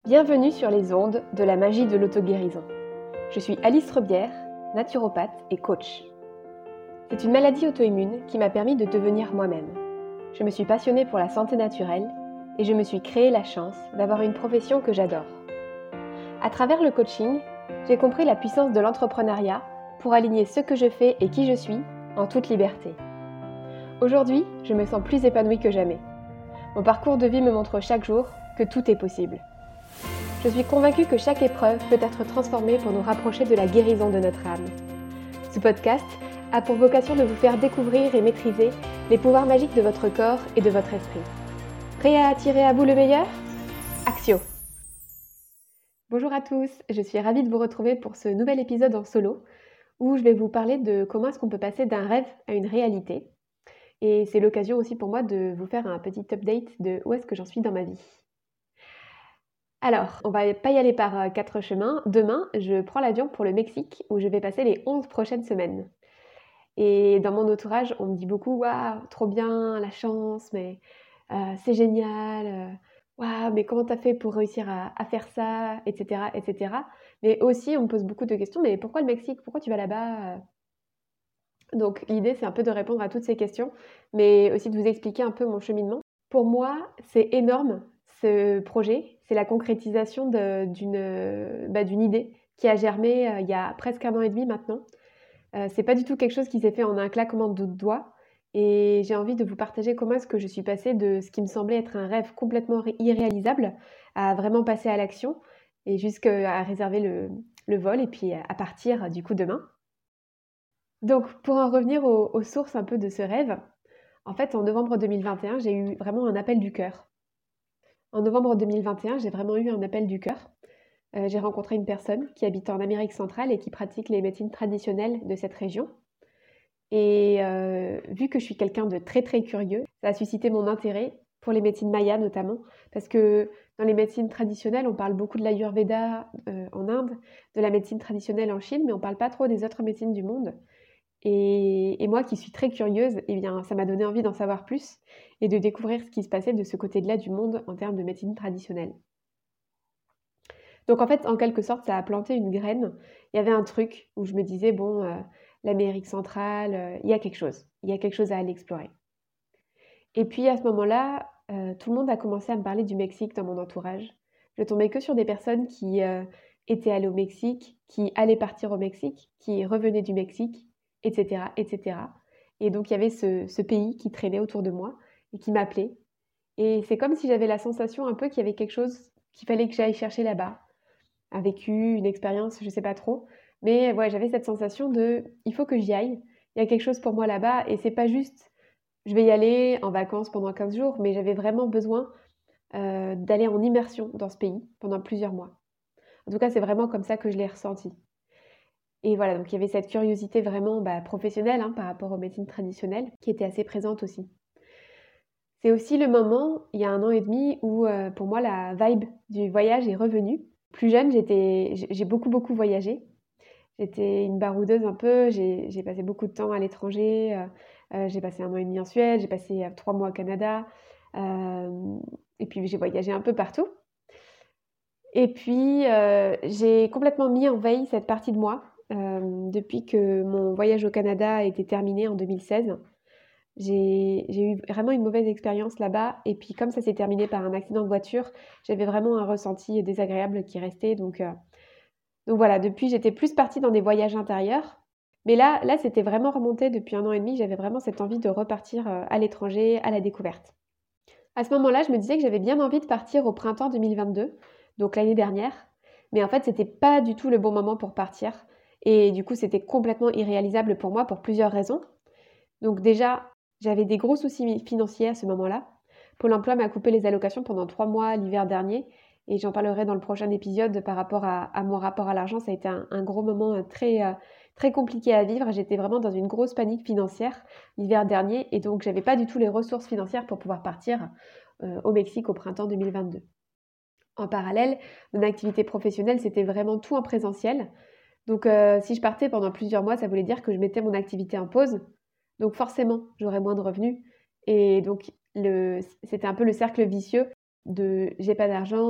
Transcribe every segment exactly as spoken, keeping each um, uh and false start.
Bienvenue sur les ondes de la magie de l'auto-guérison. Je suis Alice Rebière, naturopathe et coach. C'est une maladie auto-immune qui m'a permis de devenir moi-même. Je me suis passionnée pour la santé naturelle et je me suis créé la chance d'avoir une profession que j'adore. À travers le coaching, j'ai compris la puissance de l'entrepreneuriat pour aligner ce que je fais et qui je suis en toute liberté. Aujourd'hui, je me sens plus épanouie que jamais. Mon parcours de vie me montre chaque jour que tout est possible. Je suis convaincue que chaque épreuve peut être transformée pour nous rapprocher de la guérison de notre âme. Ce podcast a pour vocation de vous faire découvrir et maîtriser les pouvoirs magiques de votre corps et de votre esprit. Prêt à attirer à vous le meilleur ? Axio ! Bonjour à tous, je suis ravie de vous retrouver pour ce nouvel épisode en solo où je vais vous parler de comment est-ce qu'on peut passer d'un rêve à une réalité. Et c'est l'occasion aussi pour moi de vous faire un petit update de où est-ce que j'en suis dans ma vie. Alors, on va pas y aller par quatre chemins. Demain, je prends l'avion pour le Mexique où je vais passer les onze prochaines semaines. Et dans mon entourage, on me dit beaucoup « Waouh, trop bien, la chance, mais euh, c'est génial, euh, waouh, mais comment t'as fait pour réussir à, à faire ça, et cetera, et cetera » Mais aussi, on me pose beaucoup de questions « Mais pourquoi le Mexique ? Pourquoi tu vas là-bas ?» Donc, l'idée, c'est un peu de répondre à toutes ces questions, mais aussi de vous expliquer un peu mon cheminement. Pour moi, c'est énorme. Ce projet, c'est la concrétisation de, d'une, bah, d'une idée qui a germé euh, il y a presque un an et demi maintenant. Euh, c'est pas du tout quelque chose qui s'est fait en un claquement de doigts et j'ai envie de vous partager comment est-ce que je suis passée de ce qui me semblait être un rêve complètement ré- irréalisable à vraiment passer à l'action et jusqu'à réserver le, le vol et puis à partir du coup demain. Donc pour en revenir aux, aux sources un peu de ce rêve, en fait en novembre deux mille vingt et un, j'ai eu vraiment un appel du cœur. En novembre deux mille vingt et un, j'ai vraiment eu un appel du cœur. Euh, j'ai rencontré une personne qui habite en Amérique centrale et qui pratique les médecines traditionnelles de cette région. Et euh, vu que je suis quelqu'un de très très curieux, ça a suscité mon intérêt pour les médecines mayas notamment, parce que dans les médecines traditionnelles, on parle beaucoup de l'Ayurveda euh, en Inde, de la médecine traditionnelle en Chine, mais on ne parle pas trop des autres médecines du monde. Et, et moi qui suis très curieuse, eh bien, ça m'a donné envie d'en savoir plus et de découvrir ce qui se passait de ce côté-là du monde en termes de médecine traditionnelle. Donc en fait, en quelque sorte, ça a planté une graine. Il y avait un truc où je me disais, bon, euh, l'Amérique centrale, euh, il y a quelque chose. Il y a quelque chose à aller explorer. Et puis à ce moment-là, euh, tout le monde a commencé à me parler du Mexique dans mon entourage. Je tombais que sur des personnes qui euh, étaient allées au Mexique, qui allaient partir au Mexique, qui revenaient du Mexique, et cetera, et cetera. Et donc il y avait ce, ce pays qui traînait autour de moi et qui m'appelait. Et c'est comme si j'avais la sensation un peu qu'il y avait quelque chose qu'il fallait que j'aille chercher là-bas. Un vécu, une expérience, je sais pas trop. Mais ouais, j'avais cette sensation de il faut que j'y aille. Il y a quelque chose pour moi là-bas et c'est pas juste je vais y aller en vacances pendant quinze jours, mais j'avais vraiment besoin euh, d'aller en immersion dans ce pays pendant plusieurs mois. En tout cas, c'est vraiment comme ça que je l'ai ressenti. Et voilà, donc il y avait cette curiosité vraiment bah, professionnelle hein, par rapport aux médecines traditionnelles qui était assez présente aussi. C'est aussi le moment, il y a un an et demi, où euh, pour moi la vibe du voyage est revenue. Plus jeune, j'étais, j'ai beaucoup beaucoup voyagé. J'étais une baroudeuse un peu, j'ai, j'ai passé beaucoup de temps à l'étranger, euh, euh, j'ai passé un an et demi en Suède, j'ai passé euh, trois mois au Canada, euh, et puis j'ai voyagé un peu partout. Et puis euh, j'ai complètement mis en veille cette partie de moi euh, depuis que mon voyage au Canada a été terminé en deux mille seize. J'ai, j'ai eu vraiment une mauvaise expérience là-bas, et puis comme ça s'est terminé par un accident de voiture, j'avais vraiment un ressenti désagréable qui restait, donc... Euh, Donc voilà, depuis, j'étais plus partie dans des voyages intérieurs. Mais là, là, c'était vraiment remonté depuis un an et demi. J'avais vraiment cette envie de repartir euh, à l'étranger, à la découverte. À ce moment-là, je me disais que j'avais bien envie de partir au printemps deux mille vingt-deux, donc l'année dernière. Mais en fait, c'était pas du tout le bon moment pour partir. Et du coup, c'était complètement irréalisable pour moi pour plusieurs raisons. Donc déjà, j'avais des gros soucis financiers à ce moment-là. Pôle emploi m'a coupé les allocations pendant trois mois l'hiver dernier et j'en parlerai dans le prochain épisode par rapport à, à mon rapport à l'argent. Ça a été un, un gros moment très, euh, très compliqué à vivre. J'étais vraiment dans une grosse panique financière l'hiver dernier et donc j'avais pas du tout les ressources financières pour pouvoir partir euh, au Mexique au printemps deux mille vingt-deux. En parallèle, mon activité professionnelle, c'était vraiment tout en présentiel. Donc euh, si je partais pendant plusieurs mois, ça voulait dire que je mettais mon activité en pause. Donc forcément, j'aurais moins de revenus. Et donc, le, c'était un peu le cercle vicieux de j'ai pas d'argent,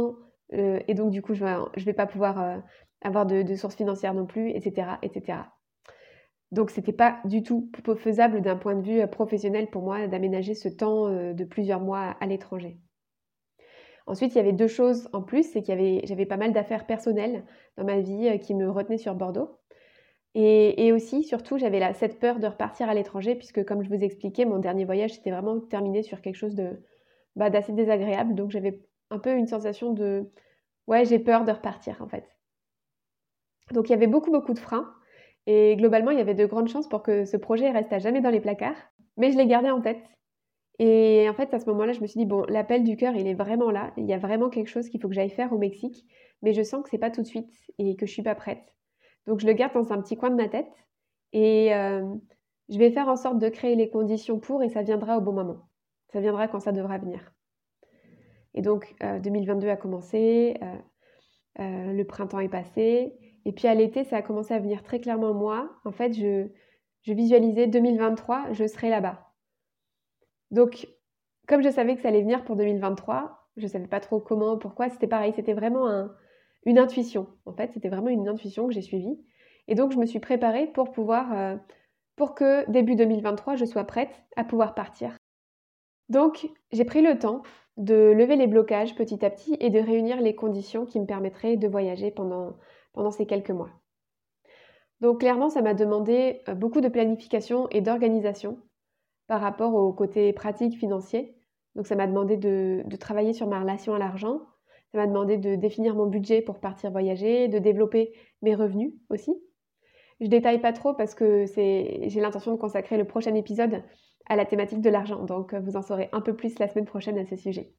euh, et donc du coup, je vais, je vais pas pouvoir euh, avoir de, de sources financières non plus, et cetera, et cetera. Donc c'était pas du tout faisable d'un point de vue euh, professionnel pour moi d'aménager ce temps euh, de plusieurs mois à l'étranger. Ensuite, il y avait deux choses en plus, c'est qu'il y avait, j'avais pas mal d'affaires personnelles dans ma vie euh, qui me retenaient sur Bordeaux. Et, et aussi, surtout, j'avais la, cette peur de repartir à l'étranger, puisque comme je vous expliquais, mon dernier voyage s'était vraiment terminé sur quelque chose de, bah, d'assez désagréable. Donc j'avais un peu une sensation de, ouais, j'ai peur de repartir en fait. Donc il y avait beaucoup, beaucoup de freins. Et globalement, il y avait de grandes chances pour que ce projet reste à jamais dans les placards. Mais je l'ai gardé en tête. Et en fait, à ce moment-là, je me suis dit, bon, l'appel du cœur, il est vraiment là. Il y a vraiment quelque chose qu'il faut que j'aille faire au Mexique. Mais je sens que c'est pas tout de suite et que je suis pas prête. Donc je le garde dans un petit coin de ma tête. Et euh, je vais faire en sorte de créer les conditions pour et ça viendra au bon moment. Ça viendra quand ça devra venir. Et donc euh, deux mille vingt-deux a commencé, euh, euh, le printemps est passé. Et puis à l'été, ça a commencé à venir très clairement moi. En fait, je, je visualisais deux mille vingt-trois, je serai là-bas. Donc, comme je savais que ça allait venir pour deux mille vingt-trois, je ne savais pas trop comment, pourquoi, c'était pareil, c'était vraiment un, une intuition. En fait, c'était vraiment une intuition que j'ai suivie. Et donc, je me suis préparée pour pouvoir, euh, pour que début deux mille vingt-trois, je sois prête à pouvoir partir. Donc, j'ai pris le temps de lever les blocages petit à petit et de réunir les conditions qui me permettraient de voyager pendant, pendant ces quelques mois. Donc, clairement, ça m'a demandé euh, beaucoup de planification et d'organisation par rapport au côté pratique financier. Donc ça m'a demandé de, de travailler sur ma relation à l'argent, ça m'a demandé de définir mon budget pour partir voyager, de développer mes revenus aussi. Je détaille pas trop parce que c'est, j'ai l'intention de consacrer le prochain épisode à la thématique de l'argent, donc vous en saurez un peu plus la semaine prochaine à ce sujet.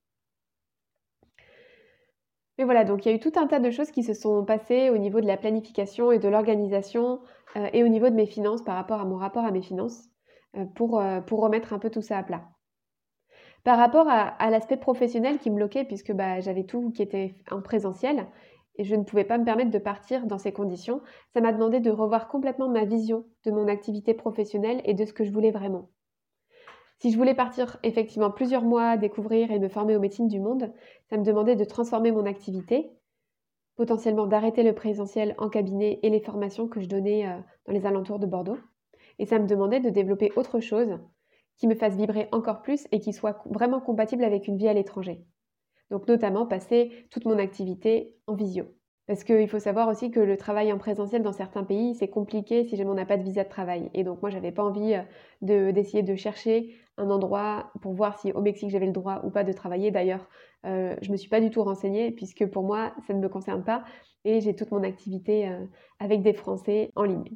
Mais voilà, donc il y a eu tout un tas de choses qui se sont passées au niveau de la planification et de l'organisation euh, et au niveau de mes finances par rapport à mon rapport à mes finances euh, pour, euh, pour remettre un peu tout ça à plat. Par rapport à, à l'aspect professionnel qui me bloquait, puisque bah, j'avais tout qui était en présentiel et je ne pouvais pas me permettre de partir dans ces conditions, ça m'a demandé de revoir complètement ma vision de mon activité professionnelle et de ce que je voulais vraiment. Si je voulais partir effectivement plusieurs mois, découvrir et me former aux médecines du monde, ça me demandait de transformer mon activité, potentiellement d'arrêter le présentiel en cabinet et les formations que je donnais euh, dans les alentours de Bordeaux. Et ça me demandait de développer autre chose qui me fasse vibrer encore plus et qui soit vraiment compatible avec une vie à l'étranger. Donc notamment passer toute mon activité en visio. Parce qu'il faut savoir aussi que le travail en présentiel dans certains pays, c'est compliqué si jamais on n'a pas de visa de travail. Et donc moi, j'avais pas envie de, d'essayer de chercher un endroit pour voir si au Mexique j'avais le droit ou pas de travailler. D'ailleurs, euh, je me suis pas du tout renseignée puisque pour moi, ça ne me concerne pas et j'ai toute mon activité euh, avec des Français en ligne.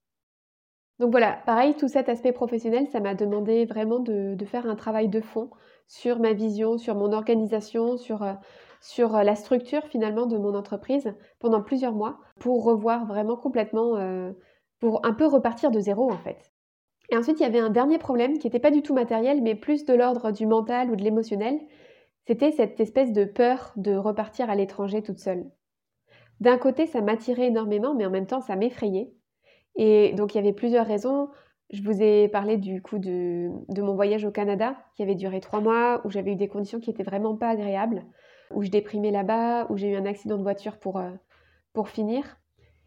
Donc voilà, pareil, tout cet aspect professionnel, ça m'a demandé vraiment de, de faire un travail de fond sur ma vision, sur mon organisation, sur, euh, sur euh, la structure finalement de mon entreprise pendant plusieurs mois pour revoir vraiment complètement, euh, pour un peu repartir de zéro en fait. Et ensuite, il y avait un dernier problème qui n'était pas du tout matériel, mais plus de l'ordre du mental ou de l'émotionnel. C'était cette espèce de peur de repartir à l'étranger toute seule. D'un côté, ça m'attirait énormément, mais en même temps, ça m'effrayait. Et donc, il y avait plusieurs raisons. Je vous ai parlé du coup de, de mon voyage au Canada, qui avait duré trois mois, où j'avais eu des conditions qui étaient vraiment pas agréables, où je déprimais là-bas, où j'ai eu un accident de voiture pour, euh, pour finir.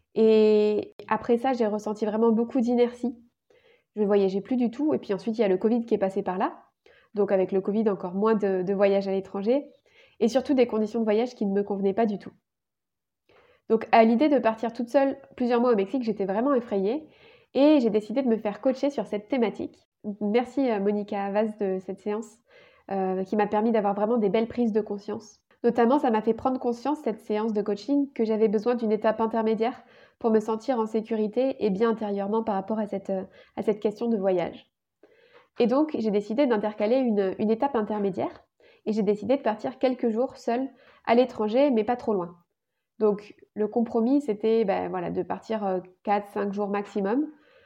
Et après ça, j'ai ressenti vraiment beaucoup d'inertie. Je ne voyageais plus du tout. Et puis ensuite, il y a le Covid qui est passé par là. Donc avec le Covid, encore moins de, de voyages à l'étranger. Et surtout des conditions de voyage qui ne me convenaient pas du tout. Donc à l'idée de partir toute seule plusieurs mois au Mexique, j'étais vraiment effrayée et j'ai décidé de me faire coacher sur cette thématique. Merci à Monica Vaz de cette séance euh, qui m'a permis d'avoir vraiment des belles prises de conscience. Notamment, ça m'a fait prendre conscience, cette séance de coaching, que j'avais besoin d'une étape intermédiaire pour me sentir en sécurité et bien intérieurement par rapport à cette, à cette question de voyage. Et donc, j'ai décidé d'intercaler une, une étape intermédiaire et j'ai décidé de partir quelques jours seule à l'étranger, mais pas trop loin. Donc, le compromis, c'était ben, voilà, de partir quatre à cinq jours maximum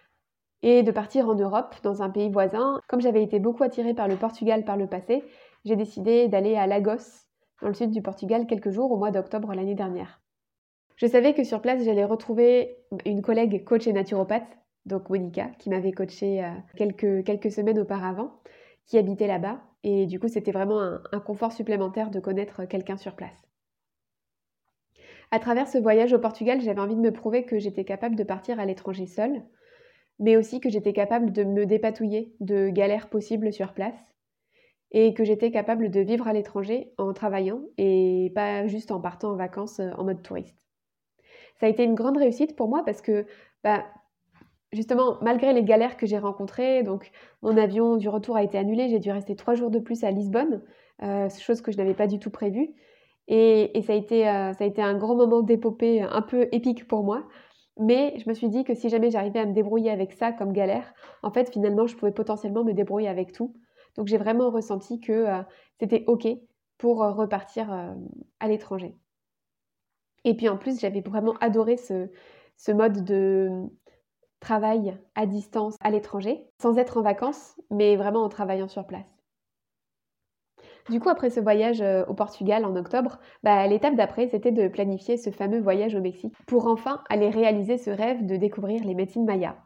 et de partir en Europe, dans un pays voisin. Comme j'avais été beaucoup attirée par le Portugal par le passé, j'ai décidé d'aller à Lagos, dans le sud du Portugal, quelques jours au mois d'octobre l'année dernière. Je savais que sur place, j'allais retrouver une collègue coach et naturopathe, donc Monica, qui m'avait coachée quelques, quelques semaines auparavant, qui habitait là-bas. Et du coup, c'était vraiment un, un confort supplémentaire de connaître quelqu'un sur place. À travers ce voyage au Portugal, j'avais envie de me prouver que j'étais capable de partir à l'étranger seule, mais aussi que j'étais capable de me dépatouiller de galères possibles sur place et que j'étais capable de vivre à l'étranger en travaillant et pas juste en partant en vacances, heu, en mode touriste. Ça a été une grande réussite pour moi parce que, bah, justement, malgré les galères que j'ai rencontrées, donc mon avion du retour a été annulé, j'ai dû rester trois jours de plus à Lisbonne, heu, chose que je n'avais pas du tout prévue et et ça a été, heu, ça a été un grand moment d'épopée, un peu épique pour moi. Mais je me suis dit que si jamais j'arrivais à me débrouiller avec ça comme galère, en fait, finalement, je pouvais potentiellement me débrouiller avec tout. Donc j'ai vraiment ressenti que, heu, c'était OK pour, heu, repartir, hem, à l'étranger. Et puis en plus, j'avais vraiment adoré ce ce mode de, mmh, travail à distance à l'étranger, sans être en vacances, mais vraiment en travaillant sur place. Du coup, après ce voyage, heu, au Portugal en octobre, bah, l'étape d'après, c'était de planifier ce fameux voyage au Mexique pour enfin aller réaliser ce rêve de découvrir les médecines mayas.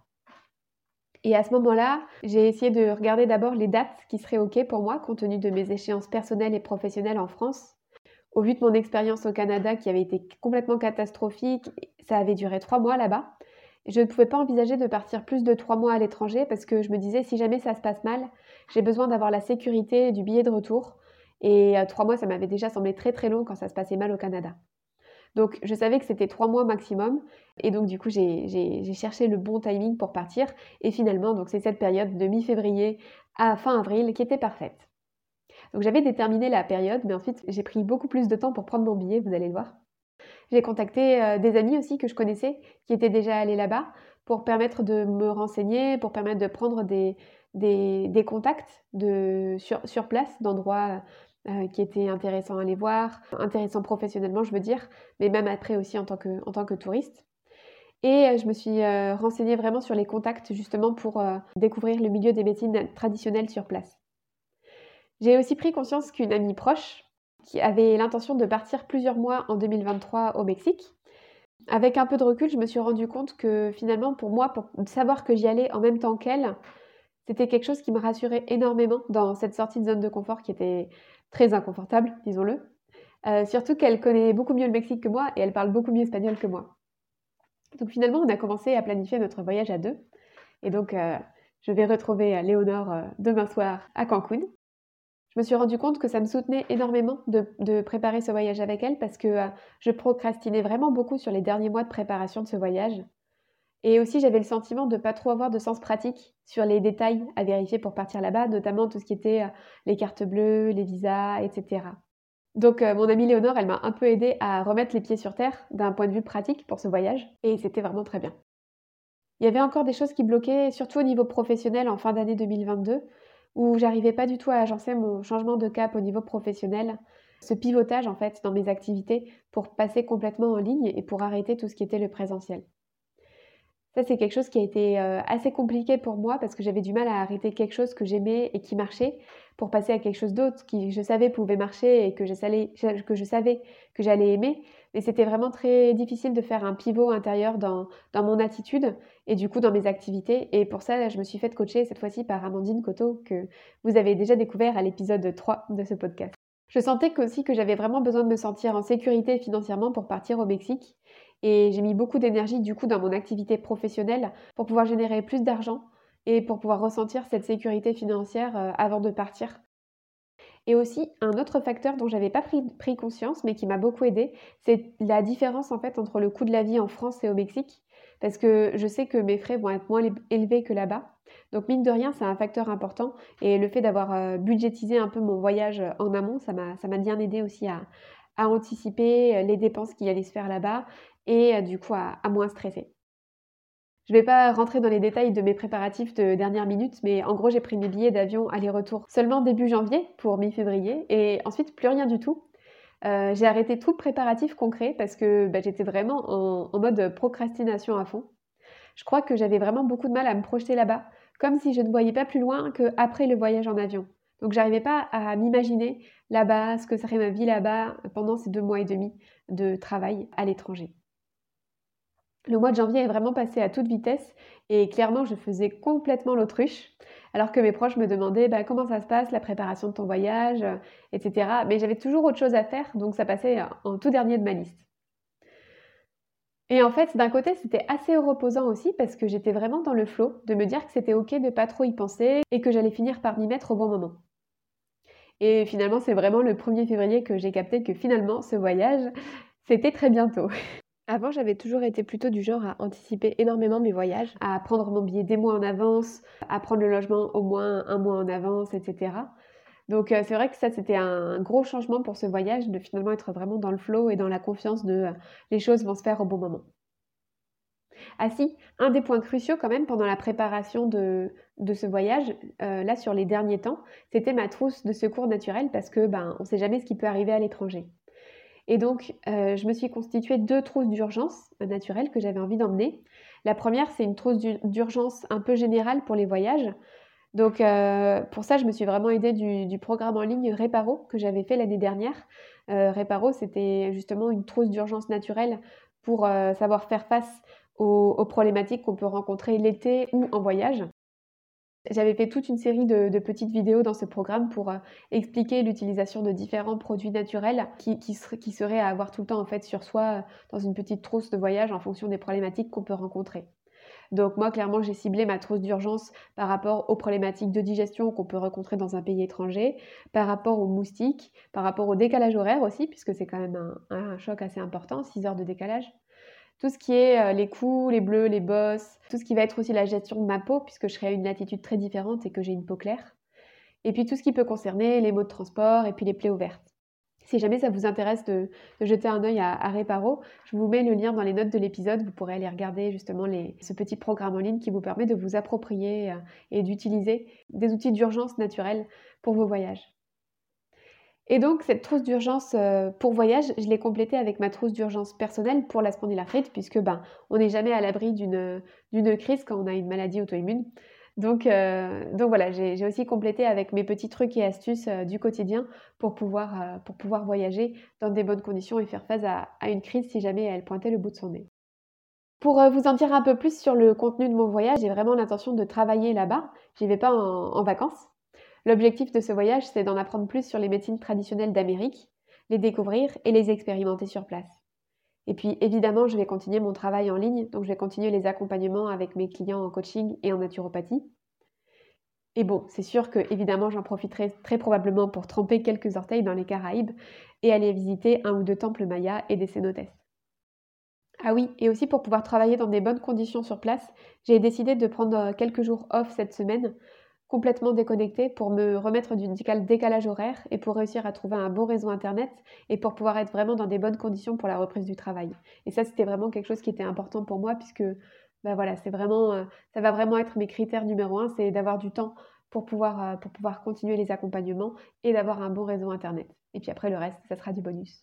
Et à ce moment-là, j'ai essayé de regarder d'abord les dates qui seraient OK pour moi, compte tenu de mes échéances personnelles et professionnelles en France. Au vu de mon expérience au Canada qui avait été complètement catastrophique, ça avait duré trois mois là-bas. Je ne pouvais pas envisager de partir plus de trois mois à l'étranger parce que je me disais: «Si jamais ça se passe mal, j'ai besoin d'avoir la sécurité du billet de retour» et heu, trois mois, ça m'avait déjà semblé très, très long quand ça se passait mal au Canada. Donc je savais que c'était trois mois maximum et donc du coup, j'ai j'ai j'ai cherché le bon timing pour partir et finalement, donc c'est cette période de mi-février à fin avril qui était parfaite. Donc j'avais déterminé la période, mais ensuite j'ai pris beaucoup plus de temps pour prendre mon billet, vous allez le voir. J'ai contacté, heu, des amis aussi que je connaissais, qui étaient déjà allés là-bas, pour permettre de me renseigner, pour permettre de prendre des des des contacts de sur sur place d'endroits, heu, qui étaient intéressants à aller voir, intéressants professionnellement je veux dire, mais même après aussi en tant que en tant que touriste et heu, je me suis, heu, renseignée vraiment sur les contacts justement pour, heu, découvrir le milieu des médecines traditionnelles sur place. J'ai aussi pris conscience qu'une amie proche, qui avait l'intention de partir plusieurs mois en deux mille vingt-trois au Mexique. Avec un peu de recul, je me suis rendu compte que finalement pour moi, pour savoir que j'y allais en même temps qu'elle, c'était quelque chose qui me rassurait énormément dans cette sortie de zone de confort qui était très inconfortable, disons-le. Heu, surtout qu'elle connaît beaucoup mieux le Mexique que moi et elle parle beaucoup mieux espagnol que moi. Donc finalement, on a commencé à planifier notre voyage à deux et donc heu, je vais retrouver, heu, Léonore, heu, demain soir à Cancun. Je me suis rendu compte que ça me soutenait énormément de de préparer ce voyage avec elle parce que, heu, je procrastinais vraiment beaucoup sur les derniers mois de préparation de ce voyage et aussi j'avais le sentiment de pas trop avoir de sens pratique sur les détails à vérifier pour partir là-bas, notamment tout ce qui était, heu, les cartes bleues, les visas et cetera. Donc heu, mon amie Léonore, elle m'a un peu aidée à remettre les pieds sur terre d'un point de vue pratique pour ce voyage et c'était vraiment très bien. Il y avait encore des choses qui bloquaient, surtout au niveau professionnel en fin d'année deux mille vingt-deux, où j'arrivais pas du tout à agencer mon changement de cap au niveau professionnel. Ce pivotage en fait dans mes activités pour passer complètement en ligne et pour arrêter tout ce qui était le présentiel. Ça, c'est quelque chose qui a été, heu, assez compliqué pour moi parce que j'avais du mal à arrêter quelque chose que j'aimais et qui marchait pour passer à quelque chose d'autre qui, je savais, pouvait marcher et que je salais je que je savais que j'allais aimer. Mais c'était vraiment très difficile de faire un pivot intérieur dans dans mon attitude et du coup dans mes activités et pour ça, je me suis faite coacher cette fois-ci par Amandine Coteau que vous avez déjà découvert à l'épisode trois de ce podcast. Je sentais qu'aussi que j'avais vraiment besoin de me sentir en sécurité financièrement pour partir au Mexique et j'ai mis beaucoup d'énergie du coup dans mon activité professionnelle pour pouvoir générer plus d'argent et pour pouvoir ressentir cette sécurité financière, heu, avant de partir. Et aussi un autre facteur dont j'avais pas pris pris conscience, mais qui m'a beaucoup aidée, c'est la différence en fait entre le coût de la vie en France et au Mexique. Parce que je sais que mes frais vont être moins lép élevés que là-bas. Donc mine de rien, c'est un facteur important et le fait d'avoir, heu, budgétisé un peu mon voyage, heu, en amont, ça m'a ça m'a bien aidée aussi à à anticiper, heu, les dépenses qui allaient se faire là-bas et heu, du coup à à moins stresser. Je vais pas rentrer dans les détails de mes préparatifs de dernière minute, mais en gros, j'ai pris mes billets d'avion aller-retour seulement début janvier pour mi-février et ensuite plus rien du tout. Heu, j'ai arrêté tout préparatif concret parce que, bah, j'étais vraiment en en mode procrastination à fond. Je crois que j'avais vraiment beaucoup de mal à me projeter là-bas, comme si je ne voyais pas plus loin qu'après le voyage en avion. Donc j'arrivais pas à m'imaginer là-bas, ce que serait ma vie là-bas pendant ces deux mois et demi de travail à l'étranger. Le mois de janvier est vraiment passé à toute vitesse et clairement, je faisais complètement l'autruche, alors que mes proches me demandaient: «Bah, comment ça se passe la préparation de ton voyage?» heu, et cetera. Mais j'avais toujours autre chose à faire, donc ça passait, heu, en tout dernier de ma liste. Et en fait, d'un côté, c'était assez reposant aussi parce que j'étais vraiment dans le flow, de me dire que c'était OK de pas trop y penser et que j'allais finir par m'y mettre au bon moment. Et finalement, c'est vraiment le premier février que j'ai capté que finalement, ce voyage, c'était très bientôt. Avant, j'avais toujours été plutôt du genre à anticiper énormément mes voyages. À prendre mon billet des mois en avance, à prendre le logement au moins un mois en avance, et cetera. Donc heu, c'est vrai que ça, c'était un gros changement pour ce voyage, de finalement être vraiment dans le flow et dans la confiance de, heu, les choses vont se faire au bon moment. Ah si, un des points cruciaux quand même pendant la préparation de de ce voyage, heu, là sur les derniers temps, c'était ma trousse de secours naturel parce que, ben, on ne sait jamais ce qui peut arriver à l'étranger. Et donc, heu, je me suis constitué deux trousses d'urgence, heu, naturelles que j'avais envie d'emmener. La première, c'est une trousse d'u d'urgence un peu générale pour les voyages. Donc, heu, pour ça, je me suis vraiment aidée du du programme en ligne Reparo que j'avais fait l'année dernière. Heu, Reparo, c'était justement une trousse d'urgence naturelle pour, heu, savoir faire face aux aux problématiques qu'on peut rencontrer l'été ou en voyage. J'avais fait toute une série de de petites vidéos dans ce programme pour, heu, expliquer l'utilisation de différents produits naturels qui qui ser qui seraient à avoir tout le temps, en fait, sur soi, heu, dans une petite trousse de voyage en fonction des problématiques qu'on peut rencontrer. Donc moi, clairement, j'ai ciblé ma trousse d'urgence par rapport aux problématiques de digestion qu'on peut rencontrer dans un pays étranger, par rapport aux moustiques, par rapport au décalage horaire aussi, puisque c'est quand même un un choc assez important, six heures de décalage. Tout ce qui est, heu, les coups, les bleus, les bosses, tout ce qui va être aussi la gestion de ma peau puisque je serai à une latitude très différente et que j'ai une peau claire. Et puis tout ce qui peut concerner les maux de transport et puis les plaies ouvertes. Si jamais ça vous intéresse de de jeter un œil à à Reparo, je vous mets le lien dans les notes de l'épisode. Vous pourrez aller regarder justement les ce petit programme en ligne qui vous permet de vous approprier, heu, et d'utiliser des outils d'urgence naturels pour vos voyages. Et donc cette trousse d'urgence, heu, pour voyage, je l'ai complétée avec ma trousse d'urgence personnelle pour la spondylarthrite puisque, ben, on n'est jamais à l'abri d'une, d'une crise quand on a une maladie auto-immune. Donc heu, donc voilà, j'ai j'ai aussi complété avec mes petits trucs et astuces, heu, du quotidien pour pouvoir, heu, pour pouvoir voyager dans des bonnes conditions et faire face à à une crise si jamais elle pointait le bout de son nez. Pour, heu, vous en dire un peu plus sur le contenu de mon voyage, j'ai vraiment l'intention de travailler là-bas. J'y vais pas en en vacances. L'objectif de ce voyage, c'est d'en apprendre plus sur les médecines traditionnelles d'Amérique, les découvrir et les expérimenter sur place. Et puis évidemment, je vais continuer mon travail en ligne, donc je vais continuer les accompagnements avec mes clients en coaching et en naturopathie. Et bon, c'est sûr que évidemment, j'en profiterai très probablement pour tremper quelques orteils dans les Caraïbes et aller visiter un ou deux temples mayas et des cénotes. Ah oui, et aussi pour pouvoir travailler dans des bonnes conditions sur place, j'ai décidé de prendre euh, quelques jours off cette semaine, complètement déconnectée, pour me remettre du décal- décalage horaire et pour réussir à trouver un bon réseau internet et pour pouvoir être vraiment dans des bonnes conditions pour la reprise du travail. Et ça, c'était vraiment quelque chose qui était important pour moi puisque bah voilà, c'est vraiment, euh, ça va vraiment être mes critères numéro un, c'est d'avoir du temps pour pouvoir, euh, pour pouvoir continuer les accompagnements et d'avoir un bon réseau internet. Et puis après, le reste, ça sera du bonus.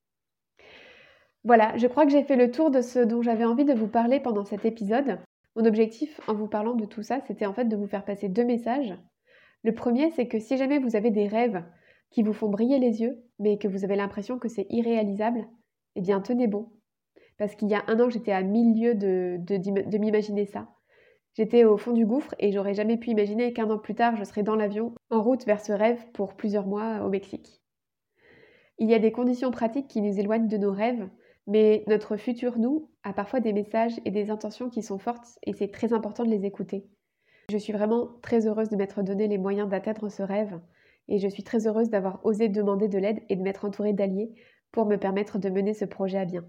Voilà, je crois que j'ai fait le tour de ce dont j'avais envie de vous parler pendant cet épisode. Mon objectif en vous parlant de tout ça, c'était en fait de vous faire passer deux messages. Le premier, c'est que si jamais vous avez des rêves qui vous font briller les yeux, mais que vous avez l'impression que c'est irréalisable, eh bien tenez bon. Parce qu'il y a un an, j'étais à mille lieues de, de, de m'imaginer ça. J'étais au fond du gouffre et j'aurais jamais pu imaginer qu'un an plus tard, je serais dans l'avion, en route vers ce rêve pour plusieurs mois au Mexique. Il y a des conditions pratiques qui nous éloignent de nos rêves, mais notre futur nous a parfois des messages et des intentions qui sont fortes et c'est très important de les écouter. Je suis vraiment très heureuse de m'être donné les moyens d'atteindre ce rêve et je suis très heureuse d'avoir osé demander de l'aide et de m'être entourée d'alliés pour me permettre de mener ce projet à bien.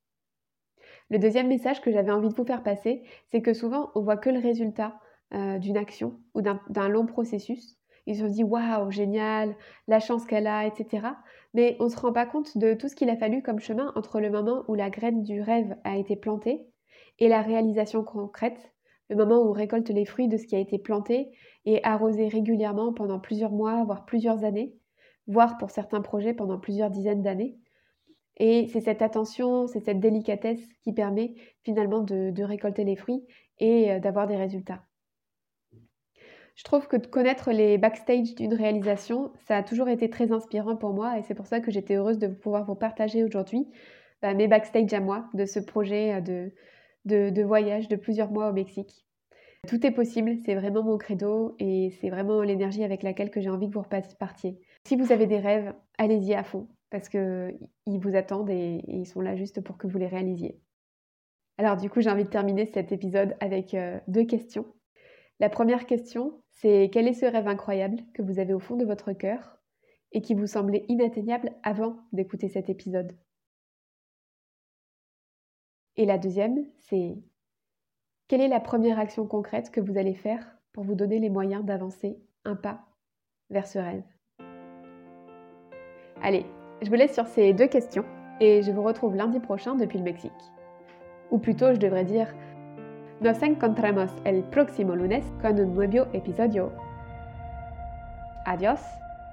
Le deuxième message que j'avais envie de vous faire passer, c'est que souvent on voit que le résultat euh, d'une action ou d'un d'un long processus. Et on se dit waouh, génial, la chance qu'elle a, et cetera. Mais on ne se rend pas compte de tout ce qu'il a fallu comme chemin entre le moment où la graine du rêve a été plantée et la réalisation concrète, le moment où on récolte les fruits de ce qui a été planté et arrosé régulièrement pendant plusieurs mois, voire plusieurs années, voire pour certains projets pendant plusieurs dizaines d'années. Et c'est cette attention, c'est cette délicatesse qui permet finalement de, de récolter les fruits et euh, d'avoir des résultats. Je trouve que de connaître les backstage d'une réalisation, ça a toujours été très inspirant pour moi et c'est pour ça que j'étais heureuse de pouvoir vous partager aujourd'hui bah, mes backstage à moi de ce projet euh, de, de, de voyage de plusieurs mois au Mexique. Tout est possible, c'est vraiment mon credo et c'est vraiment l'énergie avec laquelle que j'ai envie que vous repartiez. Si vous avez des rêves, allez-y à fond parce qu'ils vous attendent et, et ils sont là juste pour que vous les réalisiez. Alors du coup, j'ai envie de terminer cet épisode avec euh, deux questions. La première question, c'est quel est ce rêve incroyable que vous avez au fond de votre cœur et qui vous semblait inatteignable avant d'écouter cet épisode? Et la deuxième, c'est quelle est la première action concrète que vous allez faire pour vous donner les moyens d'avancer un pas vers ce rêve? Allez, je vous laisse sur ces deux questions et je vous retrouve lundi prochain depuis le Mexique. Ou plutôt, je devrais dire, nos encontramos el próximo lunes con un nuevo episodio. Adiós!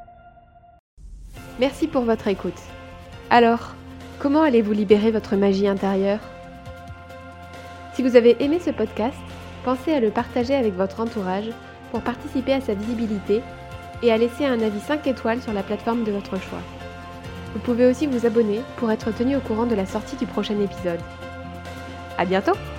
Merci pour votre écoute. Alors, comment allez-vous libérer votre magie intérieure? Si vous avez aimé ce podcast, pensez à le partager avec votre entourage pour participer à sa visibilité et à laisser un avis cinq étoiles sur la plateforme de votre choix. Vous pouvez aussi vous abonner pour être tenu au courant de la sortie du prochain épisode. À bientôt!